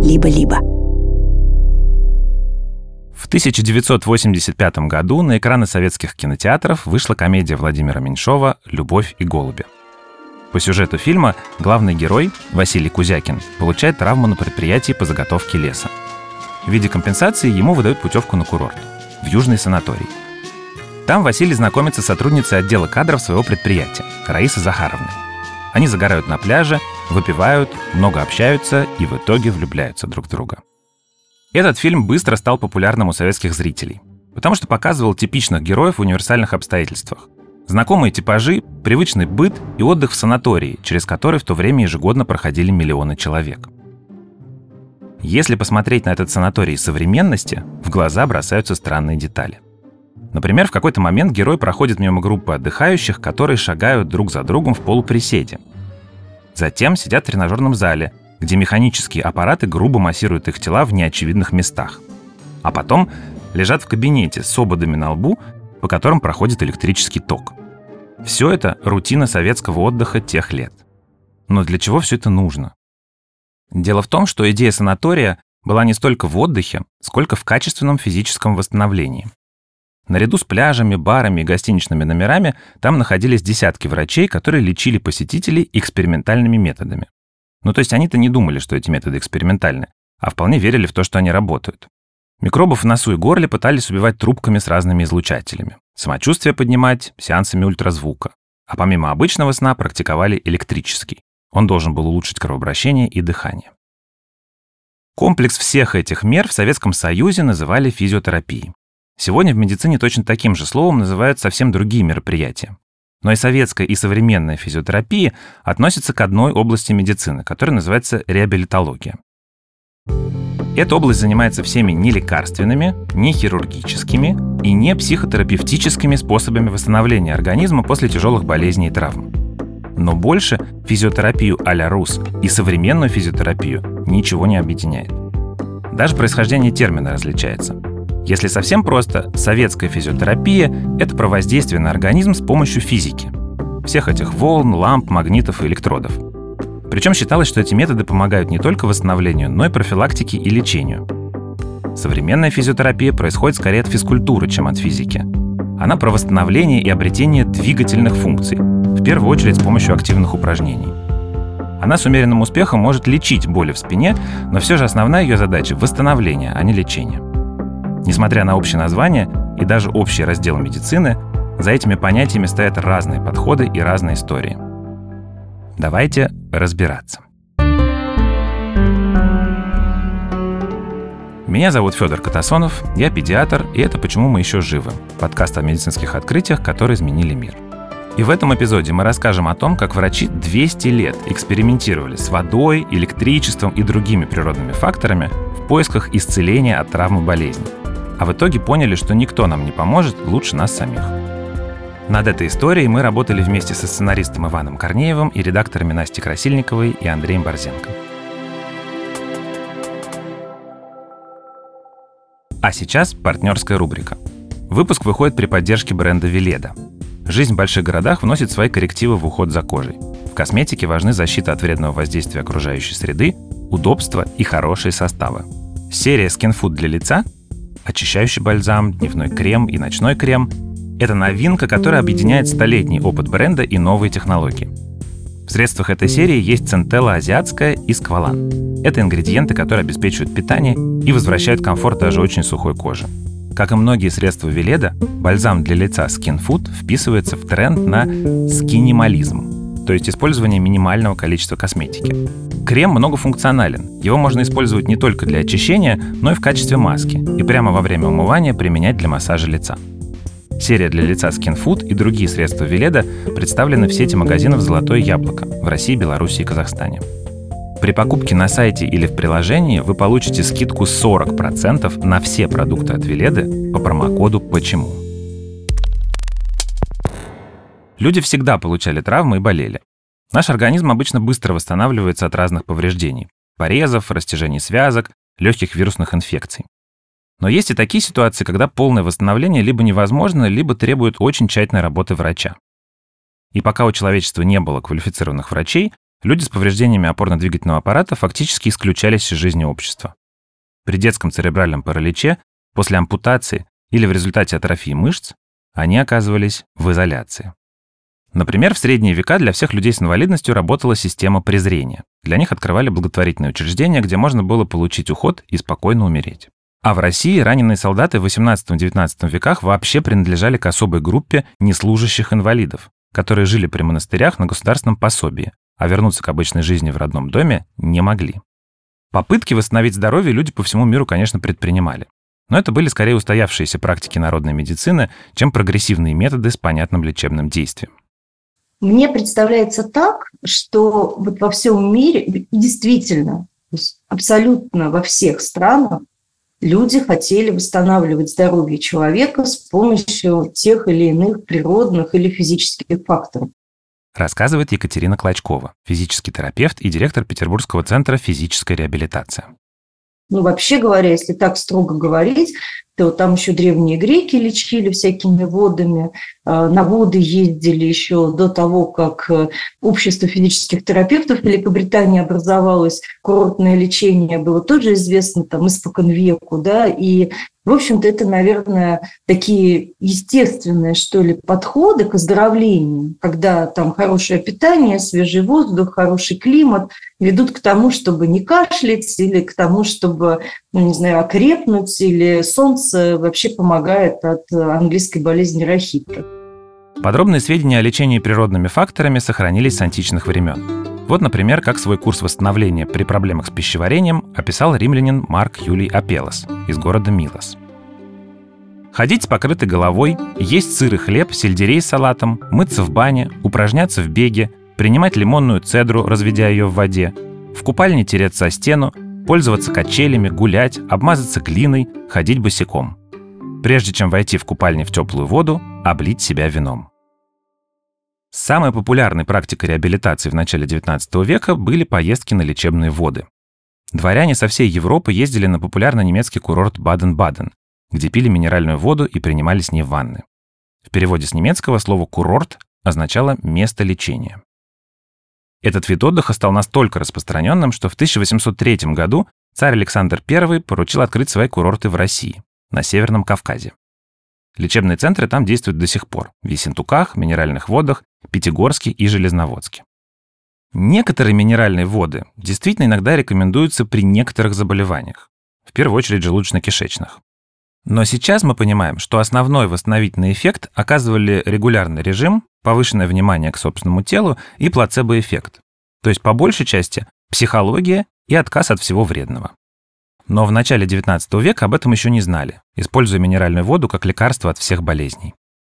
«Либо-либо». В 1985 году на экраны советских кинотеатров вышла комедия Владимира Меньшова «Любовь и голуби». По сюжету фильма главный герой, Василий Кузякин, получает травму на предприятии по заготовке леса. В виде компенсации ему выдают путевку на курорт, в южный санаторий. Там Василий знакомится с сотрудницей отдела кадров своего предприятия, Раисой Захаровной. Они загорают на пляже, выпивают, много общаются и в итоге влюбляются друг в друга. Этот фильм быстро стал популярным у советских зрителей, потому что показывал типичных героев в универсальных обстоятельствах. Знакомые типажи, привычный быт и отдых в санатории, через который в то время ежегодно проходили миллионы человек. Если посмотреть на этот санаторий современности, в глаза бросаются странные детали. Например, в какой-то момент герой проходит мимо группы отдыхающих, которые шагают друг за другом в полуприседе. Затем сидят в тренажерном зале, где механические аппараты грубо массируют их тела в неочевидных местах. А потом лежат в кабинете с ободами на лбу, по которым проходит электрический ток. Все это рутина советского отдыха тех лет. Но для чего все это нужно? Дело в том, что идея санатория была не столько в отдыхе, сколько в качественном физическом восстановлении. Наряду с пляжами, барами и гостиничными номерами там находились десятки врачей, которые лечили посетителей экспериментальными методами. Ну, то есть они-то не думали, что эти методы экспериментальны, а вполне верили в то, что они работают. Микробов в носу и горле пытались убивать трубками с разными излучателями, самочувствие поднимать сеансами ультразвука. А помимо обычного сна практиковали электрический. Он должен был улучшить кровообращение и дыхание. Комплекс всех этих мер в Советском Союзе называли физиотерапией. Сегодня в медицине точно таким же словом называют совсем другие мероприятия. Но и советская, и современная физиотерапия относятся к одной области медицины, которая называется реабилитология. Эта область занимается всеми не лекарственными, не хирургическими и не психотерапевтическими способами восстановления организма после тяжелых болезней и травм. Но больше физиотерапию а-ля РУС и современную физиотерапию ничего не объединяет. Даже происхождение термина различается. Если совсем просто, советская физиотерапия — это про воздействие на организм с помощью физики. Всех этих волн, ламп, магнитов и электродов. Причем считалось, что эти методы помогают не только восстановлению, но и профилактике и лечению. Современная физиотерапия происходит скорее от физкультуры, чем от физики. Она про восстановление и обретение двигательных функций, в первую очередь с помощью активных упражнений. Она с умеренным успехом может лечить боли в спине, но все же основная ее задача — восстановление, а не лечение. Несмотря на общее название и даже общий раздел медицины, за этими понятиями стоят разные подходы и разные истории. Давайте разбираться. Меня зовут Федор Катасонов, я педиатр, и это «Почему мы еще живы» — подкаст о медицинских открытиях, которые изменили мир. И в этом эпизоде мы расскажем о том, как врачи 200 лет экспериментировали с водой, электричеством и другими природными факторами в поисках исцеления от травм и болезней. А в итоге поняли, что никто нам не поможет лучше нас самих. Над этой историей мы работали вместе со сценаристом Иваном Корнеевым и редакторами Настей Красильниковой и Андреем Борзенко. А сейчас партнерская рубрика. Выпуск выходит при поддержке бренда Веледа. Жизнь в больших городах вносит свои коррективы в уход за кожей. В косметике важны защита от вредного воздействия окружающей среды, удобство и хорошие составы. Серия Skin Food для лица — очищающий бальзам, дневной крем и ночной крем — это новинка, которая объединяет столетний опыт бренда и новые технологии. В средствах этой серии есть центелла азиатская и сквалан. Это ингредиенты, которые обеспечивают питание и возвращают комфорт даже очень сухой кожи. Как и многие средства Веледа, бальзам для лица Skin Food вписывается в тренд на скинимализм, то есть использование минимального количества косметики. Крем многофункционален. Его можно использовать не только для очищения, но и в качестве маски, и прямо во время умывания применять для массажа лица. Серия для лица Skin Food и другие средства Веледа представлены в сети магазинов «Золотое яблоко» в России, Беларуси и Казахстане. При покупке на сайте или в приложении вы получите скидку 40% на все продукты от Веледы по промокоду «Почему?». Люди всегда получали травмы и болели. Наш организм обычно быстро восстанавливается от разных повреждений – порезов, растяжений связок, легких вирусных инфекций. Но есть и такие ситуации, когда полное восстановление либо невозможно, либо требует очень тщательной работы врача. И пока у человечества не было квалифицированных врачей, люди с повреждениями опорно-двигательного аппарата фактически исключались из жизни общества. При детском церебральном параличе, после ампутации или в результате атрофии мышц они оказывались в изоляции. Например, в средние века для всех людей с инвалидностью работала система презрения. Для них открывали благотворительные учреждения, где можно было получить уход и спокойно умереть. А в России раненые солдаты в XVIII-XIX веках вообще принадлежали к особой группе неслужащих инвалидов, которые жили при монастырях на государственном пособии, а вернуться к обычной жизни в родном доме не могли. Попытки восстановить здоровье люди по всему миру, конечно, предпринимали. Но это были скорее устоявшиеся практики народной медицины, чем прогрессивные методы с понятным лечебным действием. Мне представляется так, что вот во всем мире, и действительно, то есть абсолютно во всех странах, люди хотели восстанавливать здоровье человека с помощью тех или иных природных или физических факторов. Рассказывает Екатерина Клочкова, физический терапевт и директор Петербургского центра физической реабилитации. Вообще говоря, если так строго говорить, то там еще древние греки лечили всякими водами, на воды ездили еще до того, как общество физических терапевтов в Великобритании образовалось, курортное лечение было тоже известно там испокон веку, да, и в общем-то, это, наверное, такие естественные, что ли, подходы к оздоровлению, когда там хорошее питание, свежий воздух, хороший климат ведут к тому, чтобы не кашлять, или к тому, чтобы, окрепнуть, или солнце вообще помогает от английской болезни рахита. Подробные сведения о лечении природными факторами сохранились с античных времен. Вот, например, как свой курс восстановления при проблемах с пищеварением описал римлянин Марк Юлий Апеллос из города Милос. Ходить с покрытой головой, есть сыр и хлеб, сельдерей с салатом, мыться в бане, упражняться в беге, принимать лимонную цедру, разведя ее в воде, в купальне тереться о стену, пользоваться качелями, гулять, обмазаться глиной, ходить босиком. Прежде чем войти в купальню в теплую воду, облить себя вином. Самой популярной практикой реабилитации в начале XIX века были поездки на лечебные воды. Дворяне со всей Европы ездили на популярный немецкий курорт Баден-Баден, где пили минеральную воду и принимали с ней ванны. В переводе с немецкого слово «курорт» означало «место лечения». Этот вид отдыха стал настолько распространенным, что в 1803 году царь Александр I поручил открыть свои курорты в России, на Северном Кавказе. Лечебные центры там действуют до сих пор – в Ессентуках, Минеральных водах, Пятигорске и Железноводске. Некоторые минеральные воды действительно иногда рекомендуются при некоторых заболеваниях, в первую очередь желудочно-кишечных. Но сейчас мы понимаем, что основной восстановительный эффект оказывали регулярный режим, повышенное внимание к собственному телу и плацебо-эффект, то есть по большей части психология и отказ от всего вредного. Но в начале XIX века об этом еще не знали, используя минеральную воду как лекарство от всех болезней.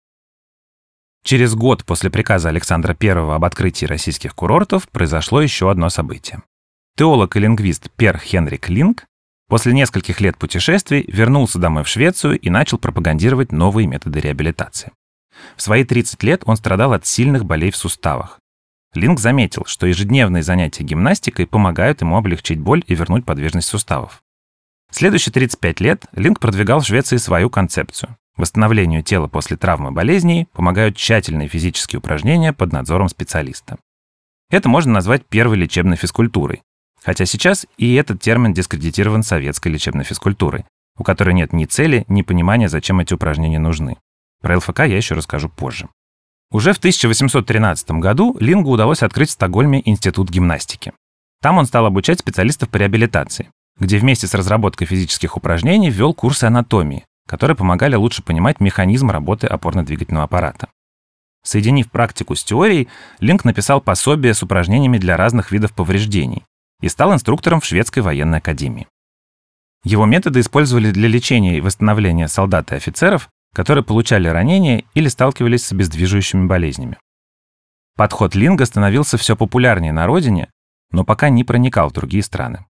Через год после приказа Александра I об открытии российских курортов произошло еще одно событие. Теолог и лингвист Пер Хенрик Линг после нескольких лет путешествий вернулся домой в Швецию и начал пропагандировать новые методы реабилитации. В свои 30 лет он страдал от сильных болей в суставах. Линг заметил, что ежедневные занятия гимнастикой помогают ему облегчить боль и вернуть подвижность суставов. Следующие 35 лет Линг продвигал в Швеции свою концепцию. Восстановлению тела после травм и болезней помогают тщательные физические упражнения под надзором специалиста. Это можно назвать первой лечебной физкультурой. Хотя сейчас и этот термин дискредитирован советской лечебной физкультурой, у которой нет ни цели, ни понимания, зачем эти упражнения нужны. Про ЛФК я еще расскажу позже. Уже в 1813 году Лингу удалось открыть в Стокгольме институт гимнастики. Там он стал обучать специалистов по реабилитации, где вместе с разработкой физических упражнений ввел курсы анатомии, которые помогали лучше понимать механизм работы опорно-двигательного аппарата. Соединив практику с теорией, Линг написал пособие с упражнениями для разных видов повреждений и стал инструктором в шведской военной академии. Его методы использовали для лечения и восстановления солдат и офицеров, которые получали ранения или сталкивались с обездвиживающими болезнями. Подход Линга становился все популярнее на родине, но пока не проникал в другие страны.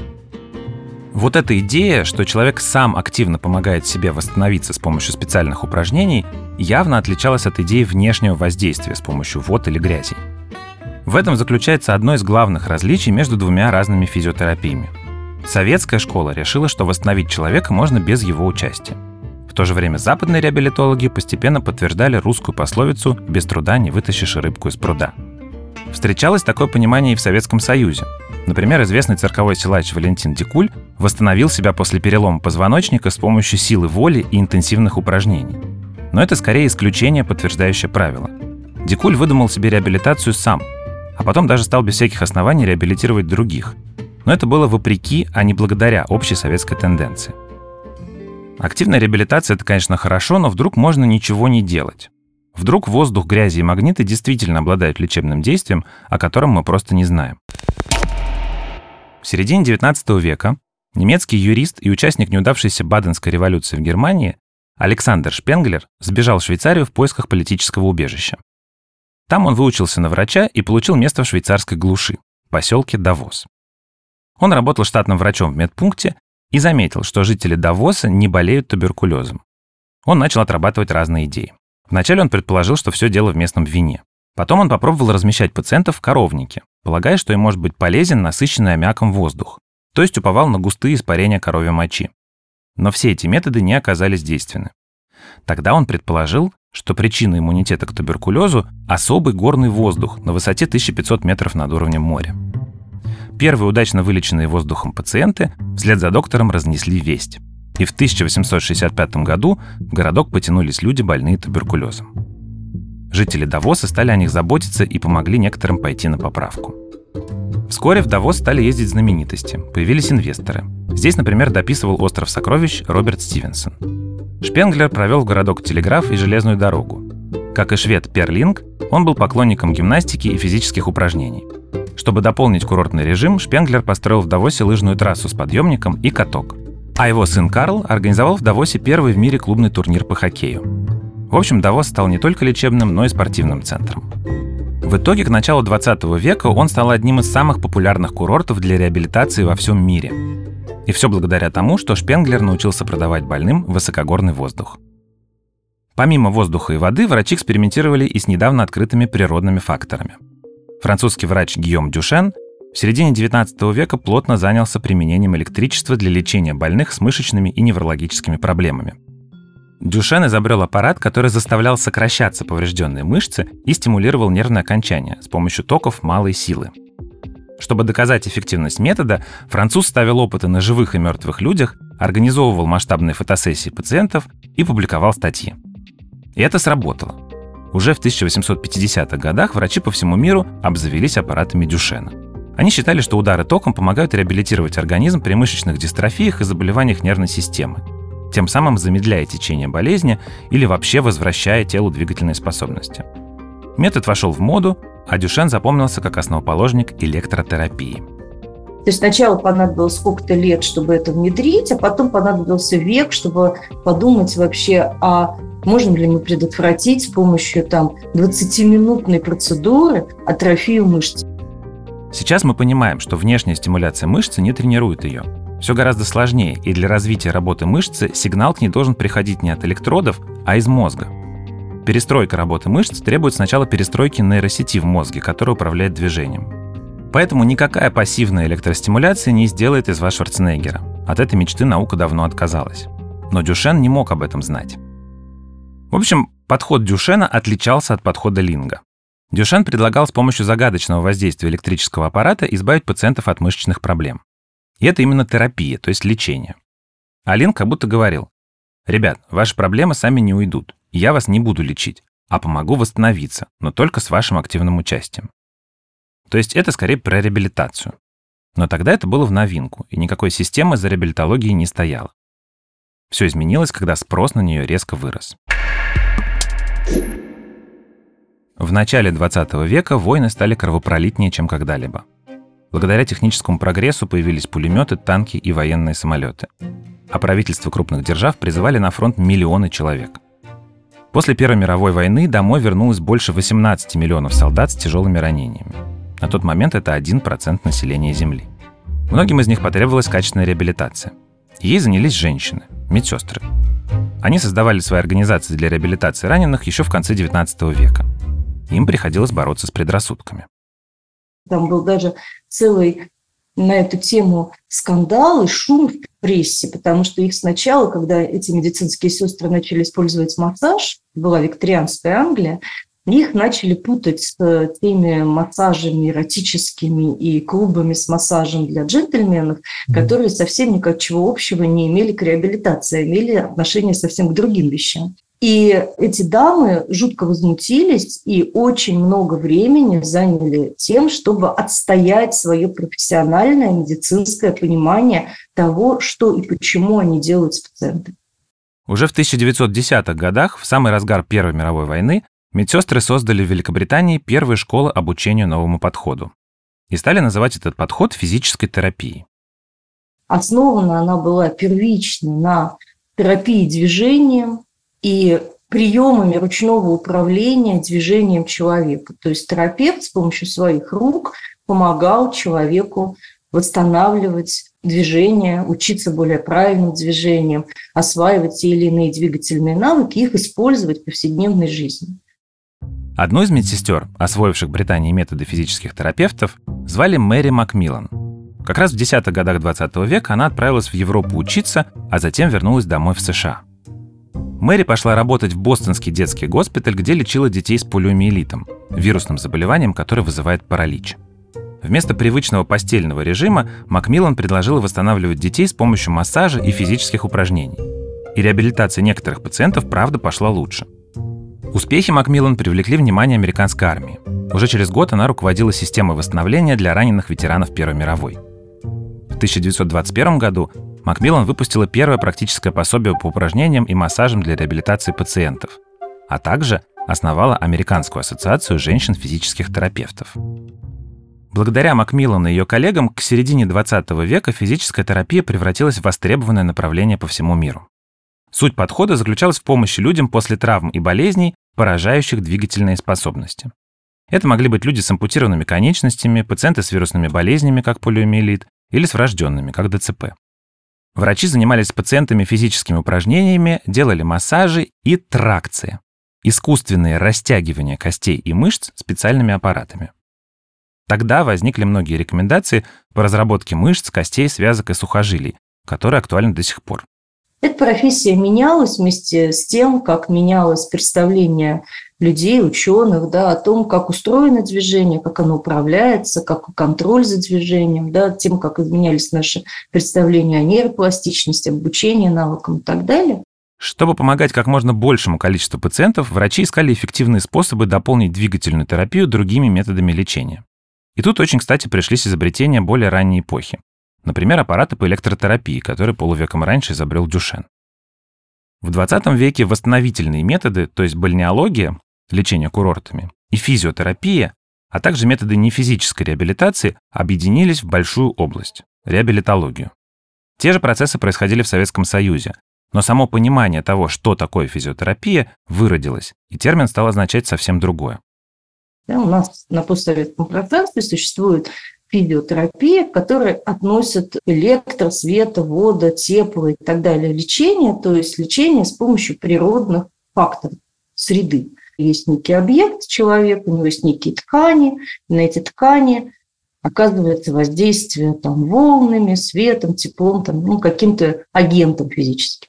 Вот эта идея, что человек сам активно помогает себе восстановиться с помощью специальных упражнений, явно отличалась от идеи внешнего воздействия с помощью вод или грязи. В этом заключается одно из главных различий между двумя разными физиотерапиями. Советская школа решила, что восстановить человека можно без его участия. В то же время западные реабилитологи постепенно подтверждали русскую пословицу «без труда не вытащишь рыбку из пруда». Встречалось такое понимание и в Советском Союзе. Например, известный цирковой силач Валентин Дикуль восстановил себя после перелома позвоночника с помощью силы воли и интенсивных упражнений. Но это скорее исключение, подтверждающее правило. Дикуль выдумал себе реабилитацию сам, а потом даже стал без всяких оснований реабилитировать других. Но это было вопреки, а не благодаря общей советской тенденции. Активная реабилитация – это, конечно, хорошо, но вдруг можно ничего не делать. Вдруг воздух, грязи и магниты действительно обладают лечебным действием, о котором мы просто не знаем. В середине XIX века немецкий юрист и участник неудавшейся Баденской революции в Германии Александр Шпенглер сбежал в Швейцарию в поисках политического убежища. Там он выучился на врача и получил место в швейцарской глуши, поселке Давос. Он работал штатным врачом в медпункте и заметил, что жители Давоса не болеют туберкулезом. Он начал отрабатывать разные идеи. Вначале он предположил, что все дело в местном вине. Потом он попробовал размещать пациентов в коровнике, полагая, что им может быть полезен насыщенный аммиаком воздух, то есть уповал на густые испарения коровьей мочи. Но все эти методы не оказались действенны. Тогда он предположил, что причина иммунитета к туберкулезу – особый горный воздух на высоте 1500 метров над уровнем моря. Первые удачно вылеченные воздухом пациенты вслед за доктором разнесли весть. И в 1865 году в городок потянулись люди, больные туберкулезом. Жители Давоса стали о них заботиться и помогли некоторым пойти на поправку. Вскоре в Давос стали ездить знаменитости, появились инвесторы. Здесь, например, дописывал «Остров сокровищ» Роберт Стивенсон. Шпенглер провел в городок телеграф и железную дорогу. Как и швед Пер Линг, он был поклонником гимнастики и физических упражнений. Чтобы дополнить курортный режим, Шпенглер построил в Давосе лыжную трассу с подъемником и каток. А его сын Карл организовал в Давосе первый в мире клубный турнир по хоккею. В общем, Давос стал не только лечебным, но и спортивным центром. В итоге, к началу 20 века он стал одним из самых популярных курортов для реабилитации во всем мире. И все благодаря тому, что Шпенглер научился продавать больным высокогорный воздух. Помимо воздуха и воды, врачи экспериментировали и с недавно открытыми природными факторами. Французский врач Гийом Дюшен в середине XIX века плотно занялся применением электричества для лечения больных с мышечными и неврологическими проблемами. Дюшен изобрел аппарат, который заставлял сокращаться поврежденные мышцы и стимулировал нервные окончания с помощью токов малой силы. Чтобы доказать эффективность метода, француз ставил опыты на живых и мертвых людях, организовывал масштабные фотосессии пациентов и публиковал статьи. И это сработало. Уже в 1850-х годах врачи по всему миру обзавелись аппаратами Дюшена. Они считали, что удары током помогают реабилитировать организм при мышечных дистрофиях и заболеваниях нервной системы, тем самым замедляя течение болезни или вообще возвращая телу двигательные способности. Метод вошел в моду, а Дюшен запомнился как основоположник электротерапии. То есть сначала понадобилось сколько-то лет, чтобы это внедрить, а потом понадобился век, чтобы подумать вообще, а можно ли мы предотвратить с помощью 20-минутной процедуры атрофию мышц. Сейчас мы понимаем, что внешняя стимуляция мышцы не тренирует ее. Все гораздо сложнее, и для развития работы мышцы сигнал к ней должен приходить не от электродов, а из мозга. Перестройка работы мышц требует сначала перестройки нейросети в мозге, которая управляет движением. Поэтому никакая пассивная электростимуляция не сделает из вас Шварценеггера. От этой мечты наука давно отказалась. Но Дюшен не мог об этом знать. В общем, подход Дюшена отличался от подхода Линга. Дюшен предлагал с помощью загадочного воздействия электрического аппарата избавить пациентов от мышечных проблем. И это именно терапия, то есть лечение. А Линг как будто говорил: «Ребят, ваши проблемы сами не уйдут, и я вас не буду лечить, а помогу восстановиться, но только с вашим активным участием». То есть это скорее про реабилитацию. Но тогда это было в новинку, и никакой системы за реабилитологией не стояло. Все изменилось, когда спрос на нее резко вырос. В начале 20 века войны стали кровопролитнее, чем когда-либо. Благодаря техническому прогрессу появились пулеметы, танки и военные самолеты. А правительства крупных держав призывали на фронт миллионы человек. После Первой мировой войны домой вернулось больше 18 миллионов солдат с тяжелыми ранениями. На тот момент это 1% населения Земли. Многим из них потребовалась качественная реабилитация. Ей занялись женщины, медсестры. Они создавали свои организации для реабилитации раненых еще в конце XIX века. Им приходилось бороться с предрассудками. Там был даже целый на эту тему скандал и шум в прессе, потому что их сначала, когда эти медицинские сестры начали использовать массаж, была викторианская Англия, Их начали путать с теми массажами эротическими и клубами с массажем для джентльменов, которые совсем ничего общего не имели к реабилитации, имели отношение совсем к другим вещам. И эти дамы жутко возмутились и очень много времени заняли тем, чтобы отстоять свое профессиональное медицинское понимание того, что и почему они делают с пациентами. Уже в 1910-х годах, в самый разгар Первой мировой войны, медсестры создали в Великобритании первые школы обучению новому подходу и стали называть этот подход физической терапией. Основана она была первично на терапии движением и приемами ручного управления движением человека. То есть терапевт с помощью своих рук помогал человеку восстанавливать движение, учиться более правильным движениям, осваивать те или иные двигательные навыки, их использовать в повседневной жизни. Одну из медсестер, освоивших в Британии методы физических терапевтов, звали Мэри Макмиллан. Как раз в 10-х годах 20 века она отправилась в Европу учиться, а затем вернулась домой в США. Мэри пошла работать в бостонский детский госпиталь, где лечила детей с полиомиелитом, вирусным заболеванием, которое вызывает паралич. Вместо привычного постельного режима Макмиллан предложила восстанавливать детей с помощью массажа и физических упражнений. И реабилитация некоторых пациентов, правда, пошла лучше. Успехи Макмиллан привлекли внимание американской армии. Уже через год она руководила системой восстановления для раненых ветеранов Первой мировой. В 1921 году Макмиллан выпустила первое практическое пособие по упражнениям и массажам для реабилитации пациентов, а также основала Американскую ассоциацию женщин-физических терапевтов. Благодаря Макмиллан и ее коллегам к середине 20 века физическая терапия превратилась в востребованное направление по всему миру. Суть подхода заключалась в помощи людям после травм и болезней, поражающих двигательные способности. Это могли быть люди с ампутированными конечностями, пациенты с вирусными болезнями, как полиомиелит, или с врожденными, как ДЦП. Врачи занимались с пациентами физическими упражнениями, делали массажи и тракции – искусственные растягивания костей и мышц специальными аппаратами. Тогда возникли многие рекомендации по разработке мышц, костей, связок и сухожилий, которые актуальны до сих пор. Эта профессия менялась вместе с тем, как менялось представление людей, ученых, о том, как устроено движение, как оно управляется, как контроль за движением, тем, как изменялись наши представления о нейропластичности, обучении навыкам и так далее. Чтобы помогать как можно большему количеству пациентов, врачи искали эффективные способы дополнить двигательную терапию другими методами лечения. И тут очень кстати пришлись изобретения более ранней эпохи. Например, аппараты по электротерапии, которые полувеком раньше изобрел Дюшен. В 20 веке восстановительные методы, то есть бальнеология, лечение курортами, и физиотерапия, а также методы нефизической реабилитации объединились в большую область – реабилитологию. Те же процессы происходили в Советском Союзе, но само понимание того, что такое физиотерапия, выродилось, и термин стал означать совсем другое. У нас на постсоветском пространстве существует физиотерапия, к которой относят электро, света, вода, тепло и так далее лечение, то есть лечение с помощью природных факторов среды. Есть некий объект, человек, у него есть некие ткани, и на эти ткани оказывается воздействие волнами, светом, теплом, каким-то агентом физическим.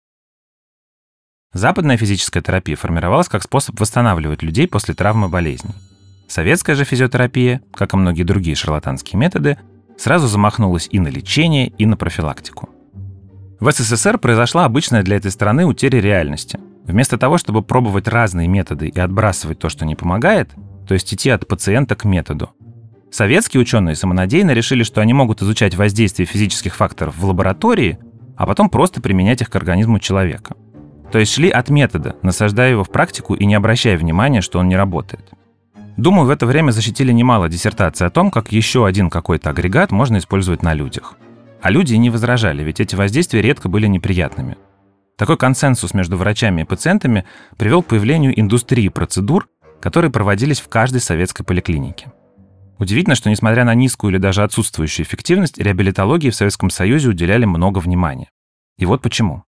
Западная физическая терапия формировалась как способ восстанавливать людей после травм и болезней. Советская же физиотерапия, как и многие другие шарлатанские методы, сразу замахнулась и на лечение, и на профилактику. В СССР произошла обычная для этой страны утеря реальности. Вместо того, чтобы пробовать разные методы и отбрасывать то, что не помогает, то есть идти от пациента к методу, советские ученые самонадеянно решили, что они могут изучать воздействие физических факторов в лаборатории, а потом просто применять их к организму человека. То есть шли от метода, насаждая его в практику и не обращая внимания, что он не работает. Думаю, в это время защитили немало диссертаций о том, как еще один какой-то агрегат можно использовать на людях. А люди и не возражали, ведь эти воздействия редко были неприятными. Такой консенсус между врачами и пациентами привел к появлению индустрии процедур, которые проводились в каждой советской поликлинике. Удивительно, что несмотря на низкую или даже отсутствующую эффективность, реабилитологии в Советском Союзе уделяли много внимания. И вот почему.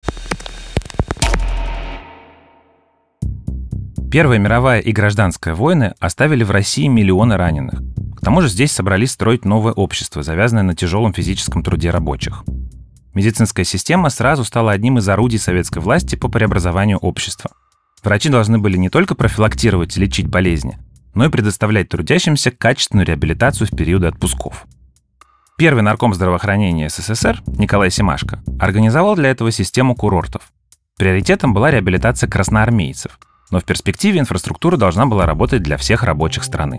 Первая мировая и гражданская войны оставили в России миллионы раненых. К тому же здесь собрались строить новое общество, завязанное на тяжелом физическом труде рабочих. Медицинская система сразу стала одним из орудий советской власти по преобразованию общества. Врачи должны были не только профилактировать и лечить болезни, но и предоставлять трудящимся качественную реабилитацию в периоды отпусков. Первый нарком здравоохранения СССР Николай Семашко организовал для этого систему курортов. Приоритетом была реабилитация красноармейцев, но в перспективе инфраструктура должна была работать для всех рабочих страны.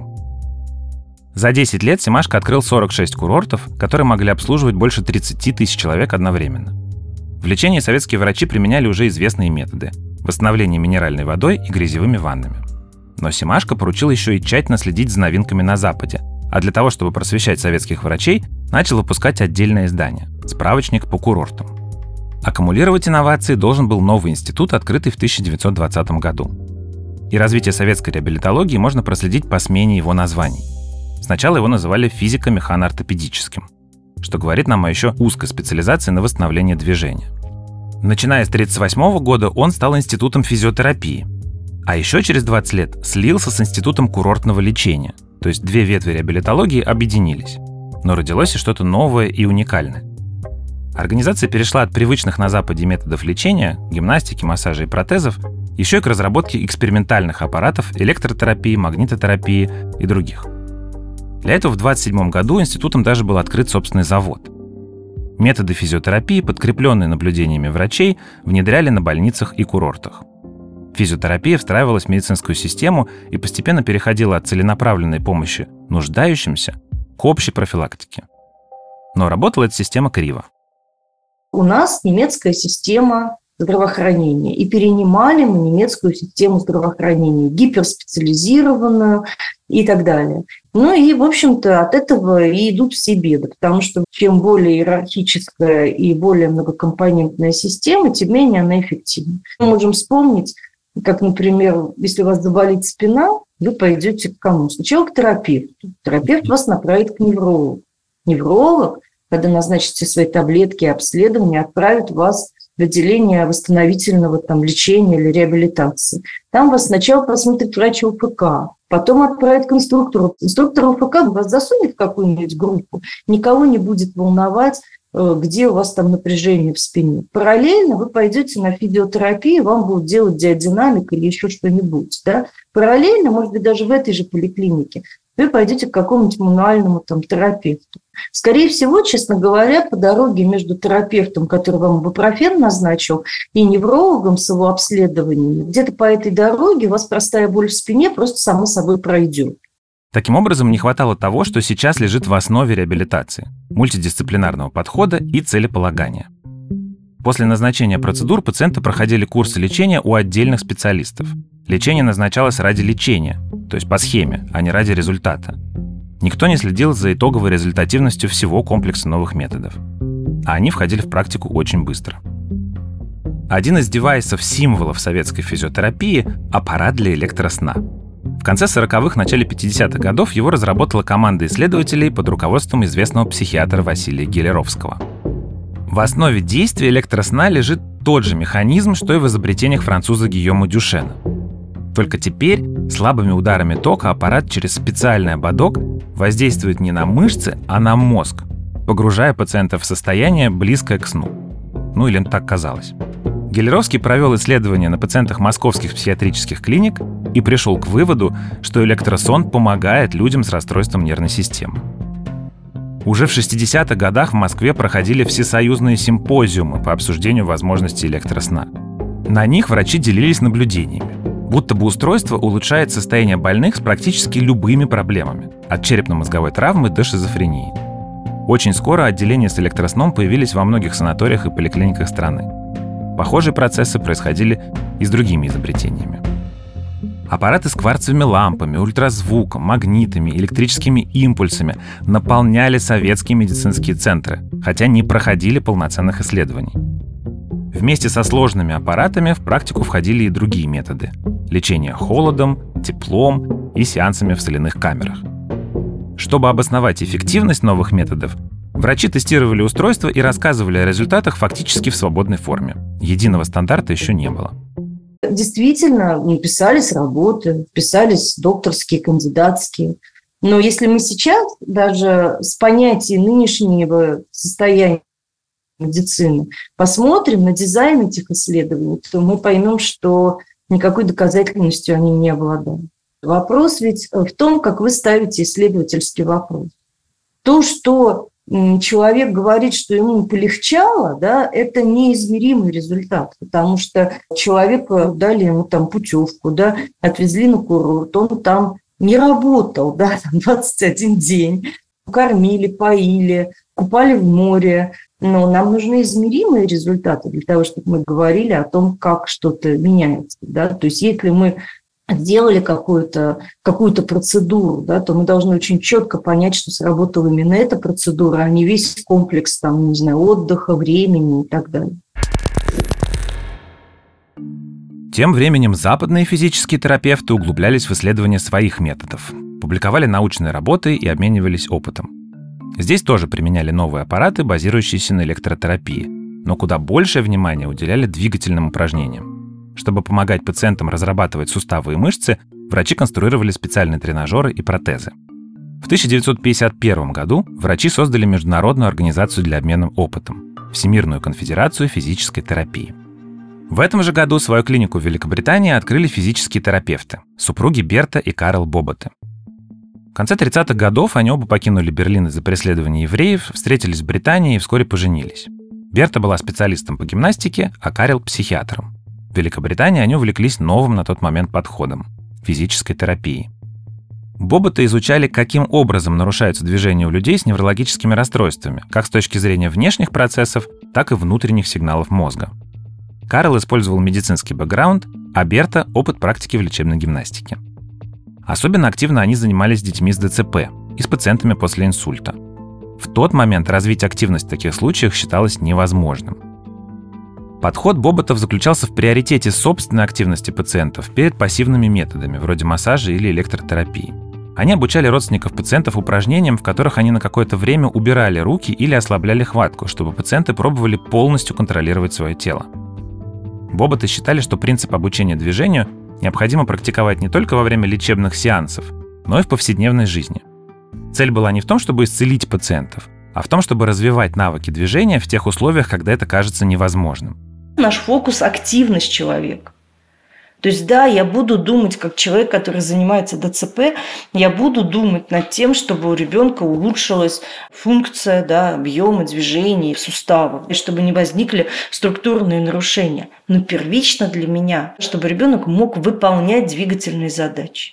За 10 лет Семашко открыл 46 курортов, которые могли обслуживать больше 30 тысяч человек одновременно. В лечении советские врачи применяли уже известные методы – восстановление минеральной водой и грязевыми ваннами. Но Семашко поручил еще и тщательно следить за новинками на Западе, а для того, чтобы просвещать советских врачей, начал выпускать отдельное издание – «Справочник по курортам». Аккумулировать инновации должен был новый институт, открытый в 1920 году. И развитие советской реабилитологии можно проследить по смене его названий. Сначала его называли физико-механоортопедическим, что говорит нам о еще узкой специализации на восстановление движения. Начиная с 1938 года он стал институтом физиотерапии, а еще через 20 лет слился с институтом курортного лечения, то есть две ветви реабилитологии объединились. Но родилось и что-то новое и уникальное. Организация перешла от привычных на Западе методов лечения, гимнастики, массажа и протезов, еще и к разработке экспериментальных аппаратов, электротерапии, магнитотерапии и других. Для этого в 1927 году институтом даже был открыт собственный завод. Методы физиотерапии, подкрепленные наблюдениями врачей, внедряли на больницах и курортах. Физиотерапия встраивалась в медицинскую систему и постепенно переходила от целенаправленной помощи нуждающимся к общей профилактике. Но работала эта система криво. У нас немецкая система здравоохранения, и перенимали мы немецкую систему здравоохранения, гиперспециализированную и так далее. Ну и, в общем-то, от этого и идут все беды, потому что чем более иерархическая и более многокомпонентная система, тем менее она эффективна. Мы можем вспомнить, как, например, если у вас заболит спина, вы пойдете к кому? Сначала к терапевту. Терапевт вас направит к неврологу. Невролог, когда назначит все свои таблетки и обследования, отправит вас в отделение восстановительного лечения или реабилитации. Там вас сначала посмотрит врач ОФК, потом отправит к инструктору. Инструктор ОФК вас засунет в какую-нибудь группу, никого не будет волновать, где у вас там напряжение в спине. Параллельно вы пойдете на физиотерапию, вам будут делать диадинамик или еще что-нибудь. Да? Параллельно, может быть, даже в этой же поликлинике вы пойдете к какому-нибудь мануальному терапевту. Скорее всего, честно говоря, по дороге между терапевтом, который вам ибупрофен назначил, и неврологом с его обследованиями, где-то по этой дороге у вас простая боль в спине просто само собой пройдет. Таким образом, не хватало того, что сейчас лежит в основе реабилитации – мультидисциплинарного подхода и целеполагания. После назначения процедур пациенты проходили курсы лечения у отдельных специалистов. Лечение назначалось ради лечения, то есть по схеме, а не ради результата. Никто не следил за итоговой результативностью всего комплекса новых методов. А они входили в практику очень быстро. Один из девайсов, символов советской физиотерапии – аппарат для электросна. В конце 40-х, начале 50-х годов его разработала команда исследователей под руководством известного психиатра Василия Гелеровского. В основе действия электросна лежит тот же механизм, что и в изобретениях француза Гийома Дюшена. Только теперь слабыми ударами тока аппарат через специальный ободок воздействует не на мышцы, а на мозг, погружая пациента в состояние, близкое к сну. Ну или так казалось. Гелеровский провел исследования на пациентах московских психиатрических клиник и пришел к выводу, что электросон помогает людям с расстройством нервной системы. Уже в 60-х годах в Москве проходили всесоюзные симпозиумы по обсуждению возможностей электросна. На них врачи делились наблюдениями, будто бы устройство улучшает состояние больных с практически любыми проблемами, от черепно-мозговой травмы до шизофрении. Очень скоро отделения с электросном появились во многих санаториях и поликлиниках страны. Похожие процессы происходили и с другими изобретениями. Аппараты с кварцевыми лампами, ультразвуком, магнитами, электрическими импульсами наполняли советские медицинские центры, хотя не проходили полноценных исследований. Вместе со сложными аппаратами в практику входили и другие методы – лечение холодом, теплом и сеансами в соляных камерах. Чтобы обосновать эффективность новых методов, врачи тестировали устройства и рассказывали о результатах фактически в свободной форме. Единого стандарта еще не было. Действительно, писались работы, писались докторские, кандидатские. Но если мы сейчас даже с понятием нынешнего состояния медицины посмотрим на дизайн этих исследований, то мы поймем, что никакой доказательностью они не обладают. Вопрос ведь в том, как вы ставите исследовательский вопрос. То, что человек говорит, что ему полегчало, да, это неизмеримый результат, потому что человеку дали ему там путевку, да, отвезли на курорт, он там не работал, да, 21 день, кормили, поили, купали в море. Но нам нужны измеримые результаты для того, чтобы мы говорили о том, как что-то меняется. Да? То есть если мы сделали какую-то процедуру, да, то мы должны очень четко понять, что сработала именно эта процедура, а не весь комплекс там, не знаю, отдыха, времени и так далее. Тем временем западные физические терапевты углублялись в исследование своих методов, публиковали научные работы и обменивались опытом. Здесь тоже применяли новые аппараты, базирующиеся на электротерапии, но куда большее внимание уделяли двигательным упражнениям. Чтобы помогать пациентам разрабатывать суставы и мышцы, врачи конструировали специальные тренажеры и протезы. В 1951 году врачи создали Международную организацию для обмена опытом – Всемирную конфедерацию физической терапии. В этом же году свою клинику в Великобритании открыли физические терапевты – супруги Берта и Карл Боботы. В конце 30-х годов они оба покинули Берлин из-за преследования евреев, встретились в Британии и вскоре поженились. Берта была специалистом по гимнастике, а Карл – психиатром. В Великобритании они увлеклись новым на тот момент подходом – физической терапией. Боботы изучали, каким образом нарушаются движения у людей с неврологическими расстройствами, как с точки зрения внешних процессов, так и внутренних сигналов мозга. Карл использовал медицинский бэкграунд, а Берта – опыт практики в лечебной гимнастике. Особенно активно они занимались с детьми с ДЦП и с пациентами после инсульта. В тот момент развить активность в таких случаях считалось невозможным. Подход Боботов заключался в приоритете собственной активности пациентов перед пассивными методами, вроде массажа или электротерапии. Они обучали родственников пациентов упражнениям, в которых они на какое-то время убирали руки или ослабляли хватку, чтобы пациенты пробовали полностью контролировать свое тело. Боботы считали, что принцип обучения движению необходимо практиковать не только во время лечебных сеансов, но и в повседневной жизни. Цель была не в том, чтобы исцелить пациентов, а в том, чтобы развивать навыки движения в тех условиях, когда это кажется невозможным. Наш фокус – активность человека. То есть, да, я буду думать, как человек, который занимается ДЦП, я буду думать над тем, чтобы у ребенка улучшилась функция, да, объема движений суставов, и чтобы не возникли структурные нарушения. Но первично для меня, чтобы ребенок мог выполнять двигательные задачи.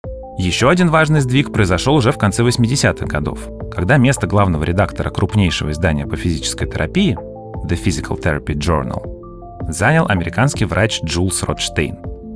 Еще один важный сдвиг произошел уже в конце 80-х годов, когда место главного редактора крупнейшего издания по физической терапии The Physical Therapy Journal занял американский врач Джулс Ротштейн.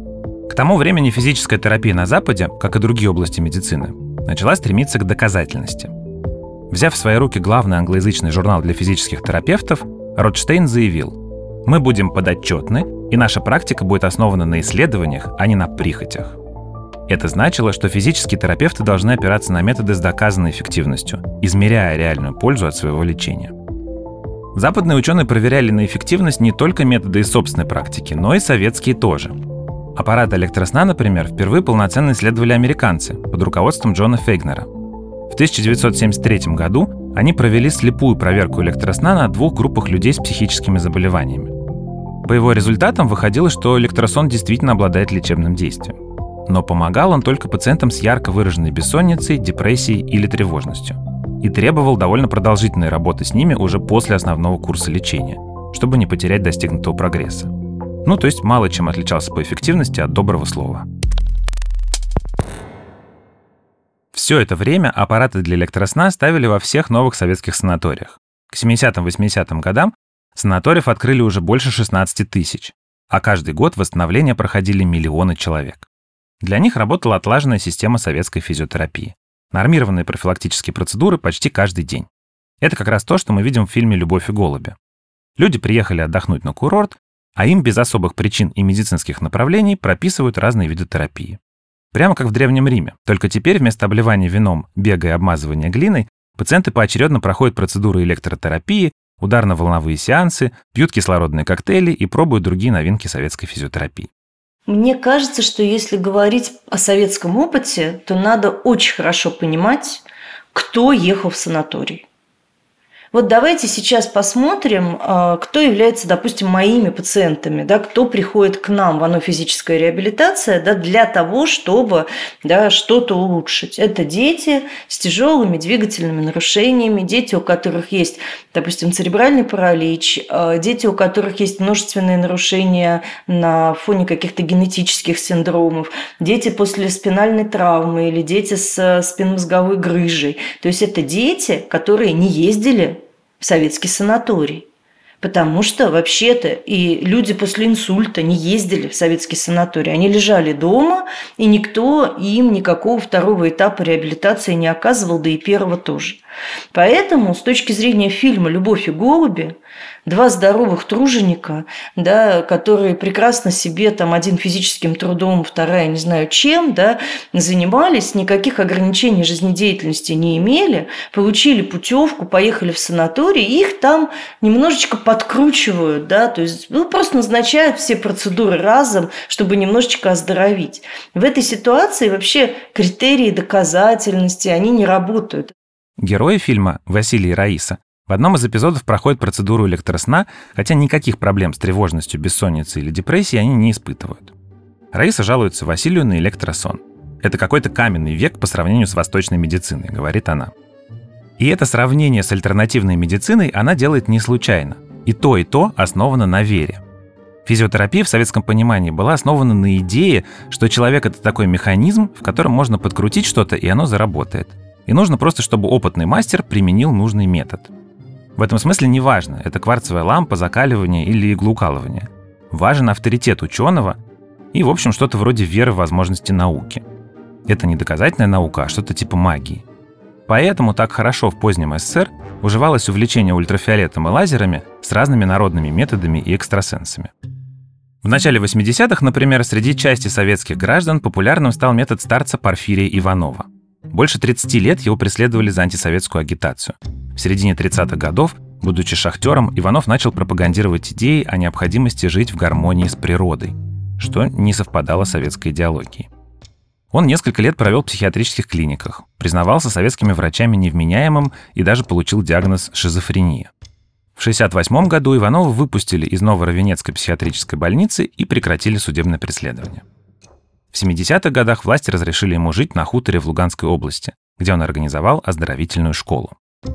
К тому времени физическая терапия на Западе, как и другие области медицины, начала стремиться к доказательности. Взяв в свои руки главный англоязычный журнал для физических терапевтов, Ротштейн заявил: «Мы будем подотчетны, и наша практика будет основана на исследованиях, а не на прихотях». Это значило, что физические терапевты должны опираться на методы с доказанной эффективностью, измеряя реальную пользу от своего лечения. Западные ученые проверяли на эффективность не только методы из собственной практики, но и советские тоже. Аппарат электросна, например, впервые полноценно исследовали американцы под руководством Джона Фейгнера. В 1973 году они провели слепую проверку электросна на 2 группах людей с психическими заболеваниями. По его результатам выходило, что электросон действительно обладает лечебным действием. Но помогал он только пациентам с ярко выраженной бессонницей, депрессией или тревожностью. И требовал довольно продолжительной работы с ними уже после основного курса лечения, чтобы не потерять достигнутого прогресса. Ну, то есть мало чем отличался по эффективности от доброго слова. Все это время аппараты для электросна ставили во всех новых советских санаториях. К 70-80 годам санаториев открыли уже больше 16 тысяч, а каждый год восстановления проходили миллионы человек. Для них работала отлаженная система советской физиотерапии. Нормированные профилактические процедуры почти каждый день. Это как раз то, что мы видим в фильме «Любовь и голуби». Люди приехали отдохнуть на курорт, а им без особых причин и медицинских направлений прописывают разные виды терапии. Прямо как в Древнем Риме, только теперь вместо обливания вином, бега и обмазывания глиной пациенты поочередно проходят процедуры электротерапии, ударно-волновые сеансы, пьют кислородные коктейли и пробуют другие новинки советской физиотерапии. Мне кажется, что если говорить о советском опыте, то надо очень хорошо понимать, кто ехал в санаторий. Вот давайте сейчас посмотрим, кто является, допустим, моими пациентами, да, кто приходит к нам в физическая реабилитация, да, для того, чтобы, да, что-то улучшить. Это дети с тяжелыми двигательными нарушениями, дети, у которых есть, допустим, церебральный паралич, дети, у которых есть множественные нарушения на фоне каких-то генетических синдромов, дети после спинальной травмы или дети с спинномозговой грыжей. То есть это дети, которые не ездили в советский санаторий. Потому что вообще-то и люди после инсульта не ездили в советский санаторий. Они лежали дома, и никто им никакого второго этапа реабилитации не оказывал, да и первого тоже. Поэтому с точки зрения фильма «Любовь и голуби» два здоровых труженика, да, которые прекрасно себе, там, один физическим трудом, вторая не знаю чем, да, занимались, никаких ограничений жизнедеятельности не имели, получили путевку, поехали в санаторий, и их там немножечко подкручивают, да, то есть просто назначают все процедуры разом, чтобы немножечко оздоровить. В этой ситуации вообще критерии доказательности, они не работают. Герои фильма Василий и Раиса в одном из эпизодов проходят процедуру электросна, хотя никаких проблем с тревожностью, бессонницей или депрессией они не испытывают. Раиса жалуется Василию на электросон. «Это какой-то каменный век по сравнению с восточной медициной», — говорит она. И это сравнение с альтернативной медициной она делает не случайно. И то основано на вере. Физиотерапия в советском понимании была основана на идее, что человек — это такой механизм, в котором можно подкрутить что-то, и оно заработает. И нужно просто, чтобы опытный мастер применил нужный метод. В этом смысле не важно, это кварцевая лампа, закаливание или иглоукалывание. Важен авторитет ученого и, в общем, что-то вроде веры в возможности науки. Это не доказательная наука, а что-то типа магии. Поэтому так хорошо в позднем СССР уживалось увлечение ультрафиолетом и лазерами с разными народными методами и экстрасенсами. В начале 80-х, например, среди части советских граждан популярным стал метод старца Порфирия Иванова. Больше 30 лет его преследовали за антисоветскую агитацию. В середине 30-х годов, будучи шахтером, Иванов начал пропагандировать идеи о необходимости жить в гармонии с природой, что не совпадало с советской идеологией. Он несколько лет провел в психиатрических клиниках, признавался советскими врачами невменяемым и даже получил диагноз шизофрения. В 1968 году Иванова выпустили из Новоровенецкой психиатрической больницы и прекратили судебное преследование. В 70-х годах власти разрешили ему жить на хуторе в Луганской области, где он организовал оздоровительную школу.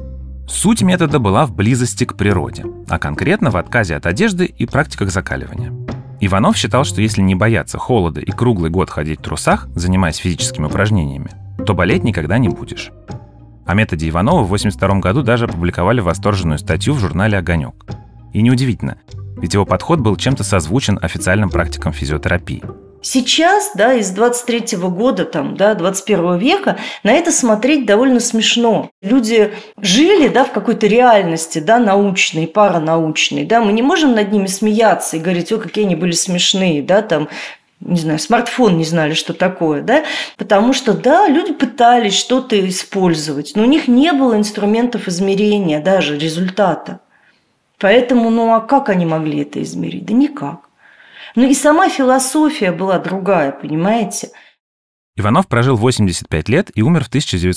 Суть метода была в близости к природе, а конкретно в отказе от одежды и практиках закаливания. Иванов считал, что если не бояться холода и круглый год ходить в трусах, занимаясь физическими упражнениями, то болеть никогда не будешь. О методе Иванова в 1982 году даже опубликовали восторженную статью в журнале «Огонек». И неудивительно, ведь его подход был чем-то созвучен официальным практикам физиотерапии. Сейчас, да, из 23-го года, там, да, 21 века на это смотреть довольно смешно. Люди жили, да, в какой-то реальности, да, научной, паранаучной, да, мы не можем над ними смеяться и говорить, о, какие они были смешные, да, там, не знаю, смартфон не знали, что такое, да, потому что, да, люди пытались что-то использовать, но у них не было инструментов измерения даже результата. Поэтому, ну, а как они могли это измерить? Да никак. Ну и сама философия была другая, понимаете? Иванов прожил 85 лет и умер в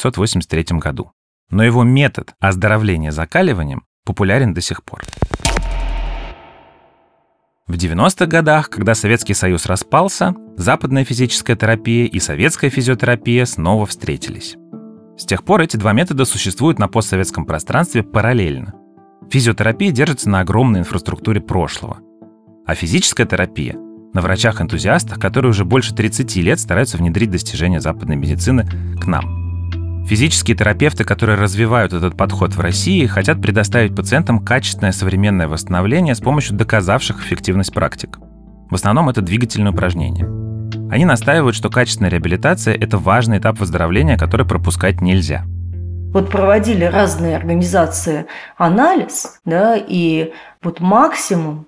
1983 году. Но его метод оздоровления закаливанием популярен до сих пор. В 90-х годах, когда Советский Союз распался, западная физическая терапия и советская физиотерапия снова встретились. С тех пор эти два метода существуют на постсоветском пространстве параллельно. Физиотерапия держится на огромной инфраструктуре прошлого, а физическая терапия — на врачах-энтузиастах, которые уже больше 30 лет стараются внедрить достижения западной медицины к нам. Физические терапевты, которые развивают этот подход в России, хотят предоставить пациентам качественное современное восстановление с помощью доказавших эффективность практик. В основном это двигательные упражнения. Они настаивают, что качественная реабилитация – это важный этап выздоровления, который пропускать нельзя. Вот проводили разные организации анализ, да, и вот максимум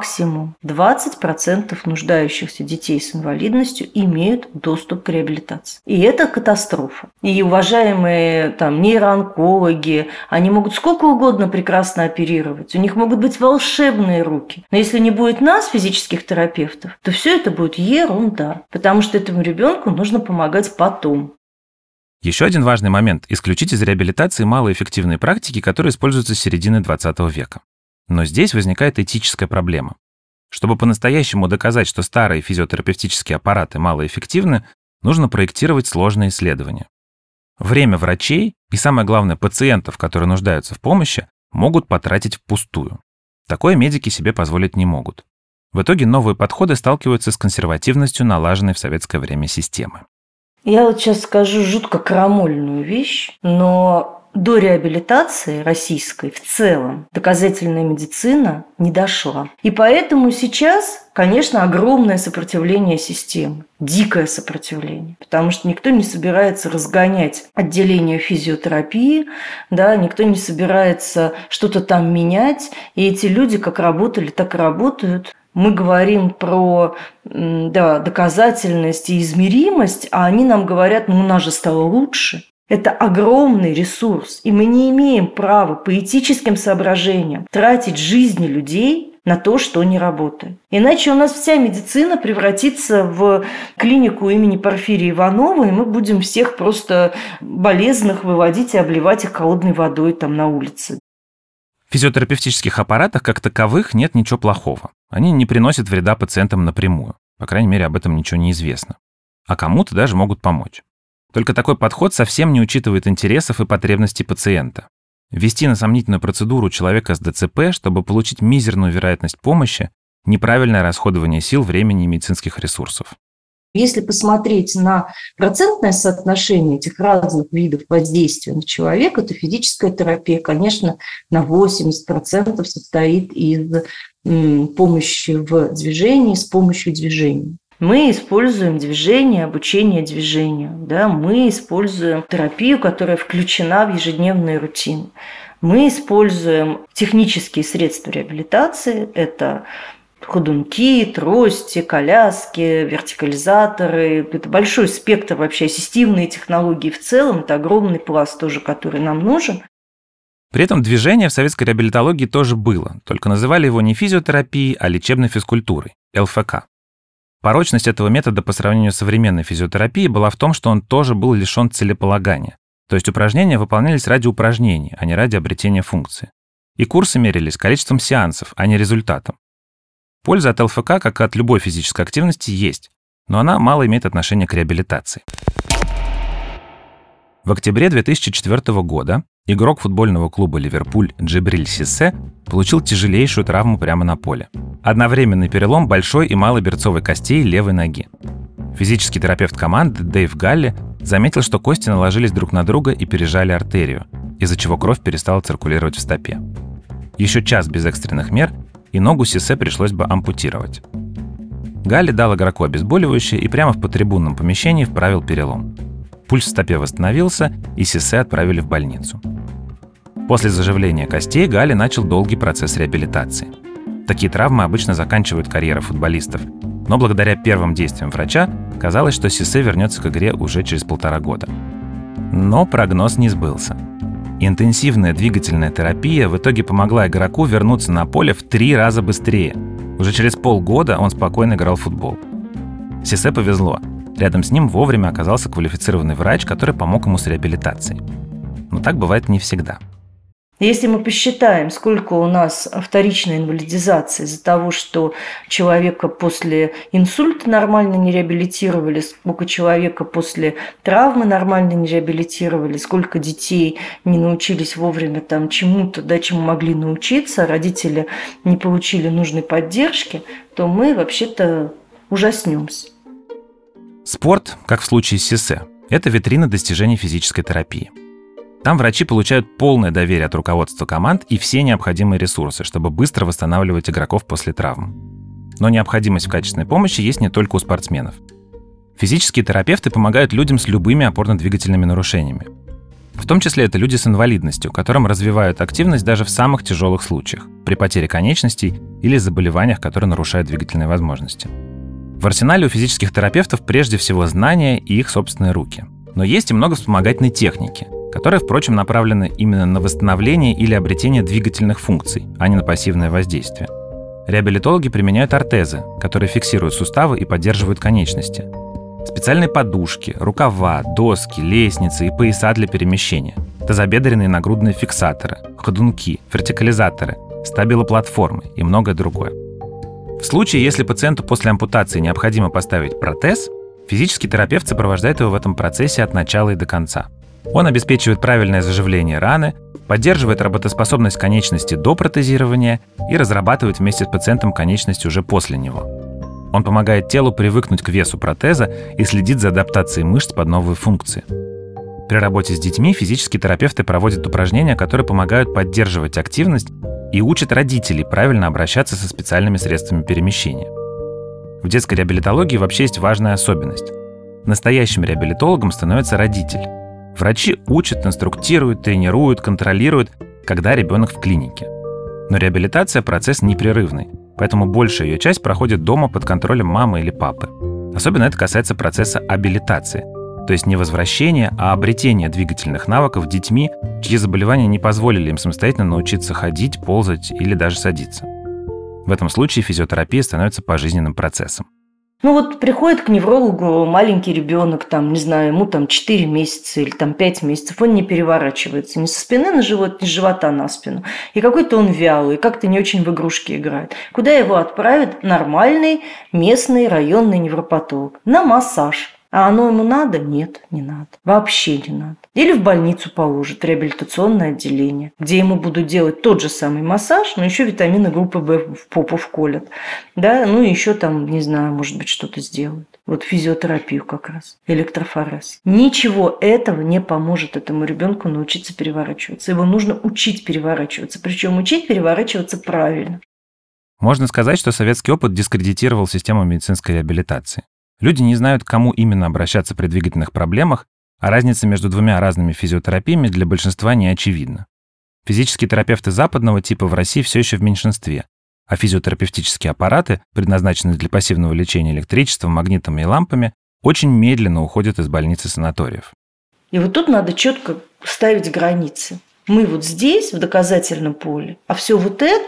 20% нуждающихся детей с инвалидностью имеют доступ к реабилитации. И это катастрофа. И уважаемые там нейроонкологи, они могут сколько угодно прекрасно оперировать, у них могут быть волшебные руки. Но если не будет нас, физических терапевтов, то все это будет ерунда, потому что этому ребенку нужно помогать потом. Еще один важный момент – исключить из реабилитации малоэффективные практики, которые используются с середины 20 века. Но здесь возникает этическая проблема. Чтобы по-настоящему доказать, что старые физиотерапевтические аппараты малоэффективны, нужно проектировать сложные исследования. Время врачей и, самое главное, пациентов, которые нуждаются в помощи, могут потратить впустую. Такое медики себе позволить не могут. В итоге новые подходы сталкиваются с консервативностью налаженной в советское время системы. Я вот сейчас скажу жутко крамольную вещь, но до реабилитации российской в целом доказательная медицина не дошла. И поэтому сейчас, конечно, огромное сопротивление системы, дикое сопротивление, потому что никто не собирается разгонять отделение физиотерапии, да, никто не собирается что-то там менять, и эти люди как работали, так и работают. Мы говорим про доказательность и измеримость, а они нам говорят, у нас же стало лучше. Это огромный ресурс, и мы не имеем права по этическим соображениям тратить жизни людей на то, что не работает. Иначе у нас вся медицина превратится в клинику имени Порфирия Иванова, и мы будем всех просто болезных выводить и обливать их холодной водой там на улице. В физиотерапевтических аппаратах как таковых нет ничего плохого. Они не приносят вреда пациентам напрямую. По крайней мере, об этом ничего не известно. А кому-то даже могут помочь. Только такой подход совсем не учитывает интересов и потребностей пациента. Ввести на сомнительную процедуру человека с ДЦП, чтобы получить мизерную вероятность помощи, неправильное расходование сил, времени и медицинских ресурсов. Если посмотреть на процентное соотношение этих разных видов воздействия на человека, то физическая терапия, конечно, на 80% состоит из помощи в движении с помощью движения. Мы используем движение, обучение движению. Да? Мы используем терапию, которая включена в ежедневную рутину. Мы используем технические средства реабилитации. Это ходунки, трости, коляски, вертикализаторы. Это большой спектр вообще ассистивные технологии в целом. Это огромный пласт тоже, который нам нужен. При этом движение в советской реабилитологии тоже было, только называли его не физиотерапией, а лечебной физкультурой, ЛФК. Порочность этого метода по сравнению с современной физиотерапией была в том, что он тоже был лишен целеполагания. То есть упражнения выполнялись ради упражнений, а не ради обретения функции. И курсы мерились количеством сеансов, а не результатом. Польза от ЛФК, как и от любой физической активности, есть, но она мало имеет отношения к реабилитации. В октябре 2004 года игрок футбольного клуба «Ливерпуль» Джибриль Сиссе получил тяжелейшую травму прямо на поле. Одновременный перелом большой и малой берцовой костей левой ноги. Физический терапевт команды Дэйв Галли заметил, что кости наложились друг на друга и пережали артерию, из-за чего кровь перестала циркулировать в стопе. Еще час без экстренных мер, и ногу Сиссе пришлось бы ампутировать. Галли дал игроку обезболивающее и прямо в подтрибунном помещении вправил перелом. Пульс в стопе восстановился, и Сиссе отправили в больницу. После заживления костей Галли начал долгий процесс реабилитации. Такие травмы обычно заканчивают карьеру футболистов, но благодаря первым действиям врача казалось, что Сиссе вернется к игре уже через 1,5 года. Но прогноз не сбылся. Интенсивная двигательная терапия в итоге помогла игроку вернуться на поле в 3 раза быстрее. Уже через полгода он спокойно играл в футбол. Сиссе повезло. Рядом с ним вовремя оказался квалифицированный врач, который помог ему с реабилитацией. Но так бывает не всегда. Если мы посчитаем, сколько у нас вторичной инвалидизации из-за того, что человека после инсульта нормально не реабилитировали, сколько человека после травмы нормально не реабилитировали, сколько детей не научились вовремя там чему-то, да, чему могли научиться, а родители не получили нужной поддержки, то мы вообще-то ужаснемся. Спорт, как в случае с Сиссе, это витрина достижений физической терапии. Там врачи получают полное доверие от руководства команд и все необходимые ресурсы, чтобы быстро восстанавливать игроков после травм. Но необходимость в качественной помощи есть не только у спортсменов. Физические терапевты помогают людям с любыми опорно-двигательными нарушениями. В том числе это люди с инвалидностью, которым развивают активность даже в самых тяжелых случаях, при потере конечностей или заболеваниях, которые нарушают двигательные возможности. В арсенале у физических терапевтов прежде всего знания и их собственные руки. Но есть и много вспомогательной техники, которые, впрочем, направлены именно на восстановление или обретение двигательных функций, а не на пассивное воздействие. Реабилитологи применяют ортезы, которые фиксируют суставы и поддерживают конечности. Специальные подушки, рукава, доски, лестницы и пояса для перемещения, тазобедренные нагрудные фиксаторы, ходунки, вертикализаторы, стабилоплатформы и многое другое. В случае, если пациенту после ампутации необходимо поставить протез, физический терапевт сопровождает его в этом процессе от начала и до конца. Он обеспечивает правильное заживление раны, поддерживает работоспособность конечности до протезирования и разрабатывает вместе с пациентом конечность уже после него. Он помогает телу привыкнуть к весу протеза и следит за адаптацией мышц под новые функции. При работе с детьми физические терапевты проводят упражнения, которые помогают поддерживать активность и учат родителей правильно обращаться со специальными средствами перемещения. В детской реабилитологии вообще есть важная особенность. Настоящим реабилитологом становится родитель. Врачи учат, инструктируют, тренируют, контролируют, когда ребенок в клинике. Но реабилитация – процесс непрерывный, поэтому большая ее часть проходит дома под контролем мамы или папы. Особенно это касается процесса абилитации, то есть не возвращения, а обретения двигательных навыков детьми, чьи заболевания не позволили им самостоятельно научиться ходить, ползать или даже садиться. В этом случае физиотерапия становится пожизненным процессом. Приходит к неврологу маленький ребенок, ему 4 месяца или 5 месяцев, он не переворачивается ни со спины на живот, ни с живота на спину. И какой-то он вялый, как-то не очень в игрушки играет. Куда его отправит нормальный местный районный невропатолог? На массаж. А оно ему надо? Нет, не надо. Вообще не надо. Или в больницу положат, в реабилитационное отделение, где ему будут делать тот же самый массаж, но еще витамины группы В в попу вколят. Еще может быть, что-то сделают. Физиотерапию как раз, электрофорез. Ничего этого не поможет этому ребенку научиться переворачиваться. Его нужно учить переворачиваться, причем учить переворачиваться правильно. Можно сказать, что советский опыт дискредитировал систему медицинской реабилитации. Люди не знают, к кому именно обращаться при двигательных проблемах, а разница между двумя разными физиотерапиями для большинства не очевидна. Физические терапевты западного типа в России все еще в меньшинстве, а физиотерапевтические аппараты, предназначенные для пассивного лечения электричеством, магнитами и лампами, очень медленно уходят из больниц и санаториев. И тут надо четко ставить границы. Мы здесь, в доказательном поле, а все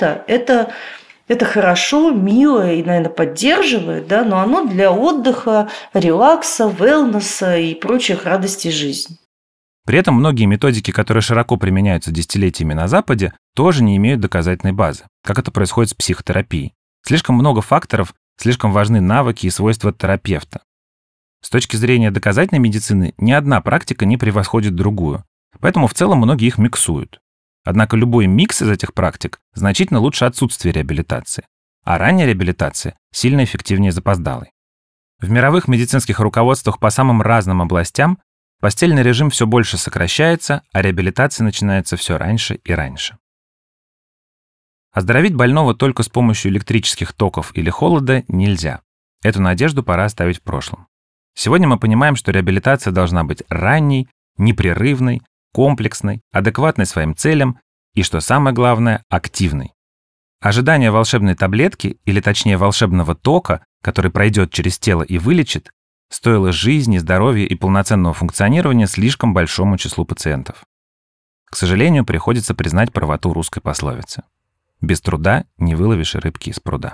это хорошо, мило и, наверное, поддерживает, но оно для отдыха, релакса, велнеса и прочих радостей жизни. При этом многие методики, которые широко применяются десятилетиями на Западе, тоже не имеют доказательной базы, как это происходит с психотерапией. Слишком много факторов, слишком важны навыки и свойства терапевта. С точки зрения доказательной медицины ни одна практика не превосходит другую, поэтому в целом многие их миксуют. Однако любой микс из этих практик значительно лучше отсутствия реабилитации, а ранняя реабилитация сильно эффективнее запоздалой. В мировых медицинских руководствах по самым разным областям постельный режим все больше сокращается, а реабилитация начинается все раньше и раньше. Оздоровить больного только с помощью электрических токов или холода нельзя. Эту надежду пора оставить в прошлом. Сегодня мы понимаем, что реабилитация должна быть ранней, непрерывной, комплексной, адекватной своим целям и, что самое главное, активной. Ожидание волшебной таблетки, или точнее волшебного тока, который пройдет через тело и вылечит, стоило жизни, здоровья и полноценного функционирования слишком большому числу пациентов. К сожалению, приходится признать правоту русской пословицы. Без труда не выловишь рыбки из пруда.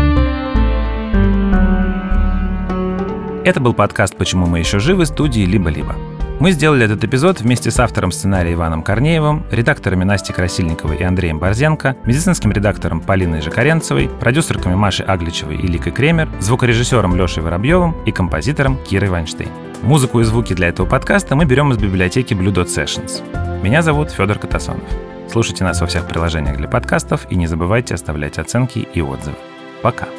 Это был подкаст «Почему мы еще живы» студии «Либо-либо». Мы сделали этот эпизод вместе с автором сценария Иваном Корнеевым, редакторами Настей Красильниковой и Андреем Борзенко, медицинским редактором Полиной Жакаренцевой, продюсерками Машей Агличевой и Ликой Кремер, звукорежиссером Лешей Воробьевым и композитором Кирой Вайнштейн. Музыку и звуки для этого подкаста мы берем из библиотеки Blue Dot Sessions. Меня зовут Федор Катасонов. Слушайте нас во всех приложениях для подкастов и не забывайте оставлять оценки и отзывы. Пока!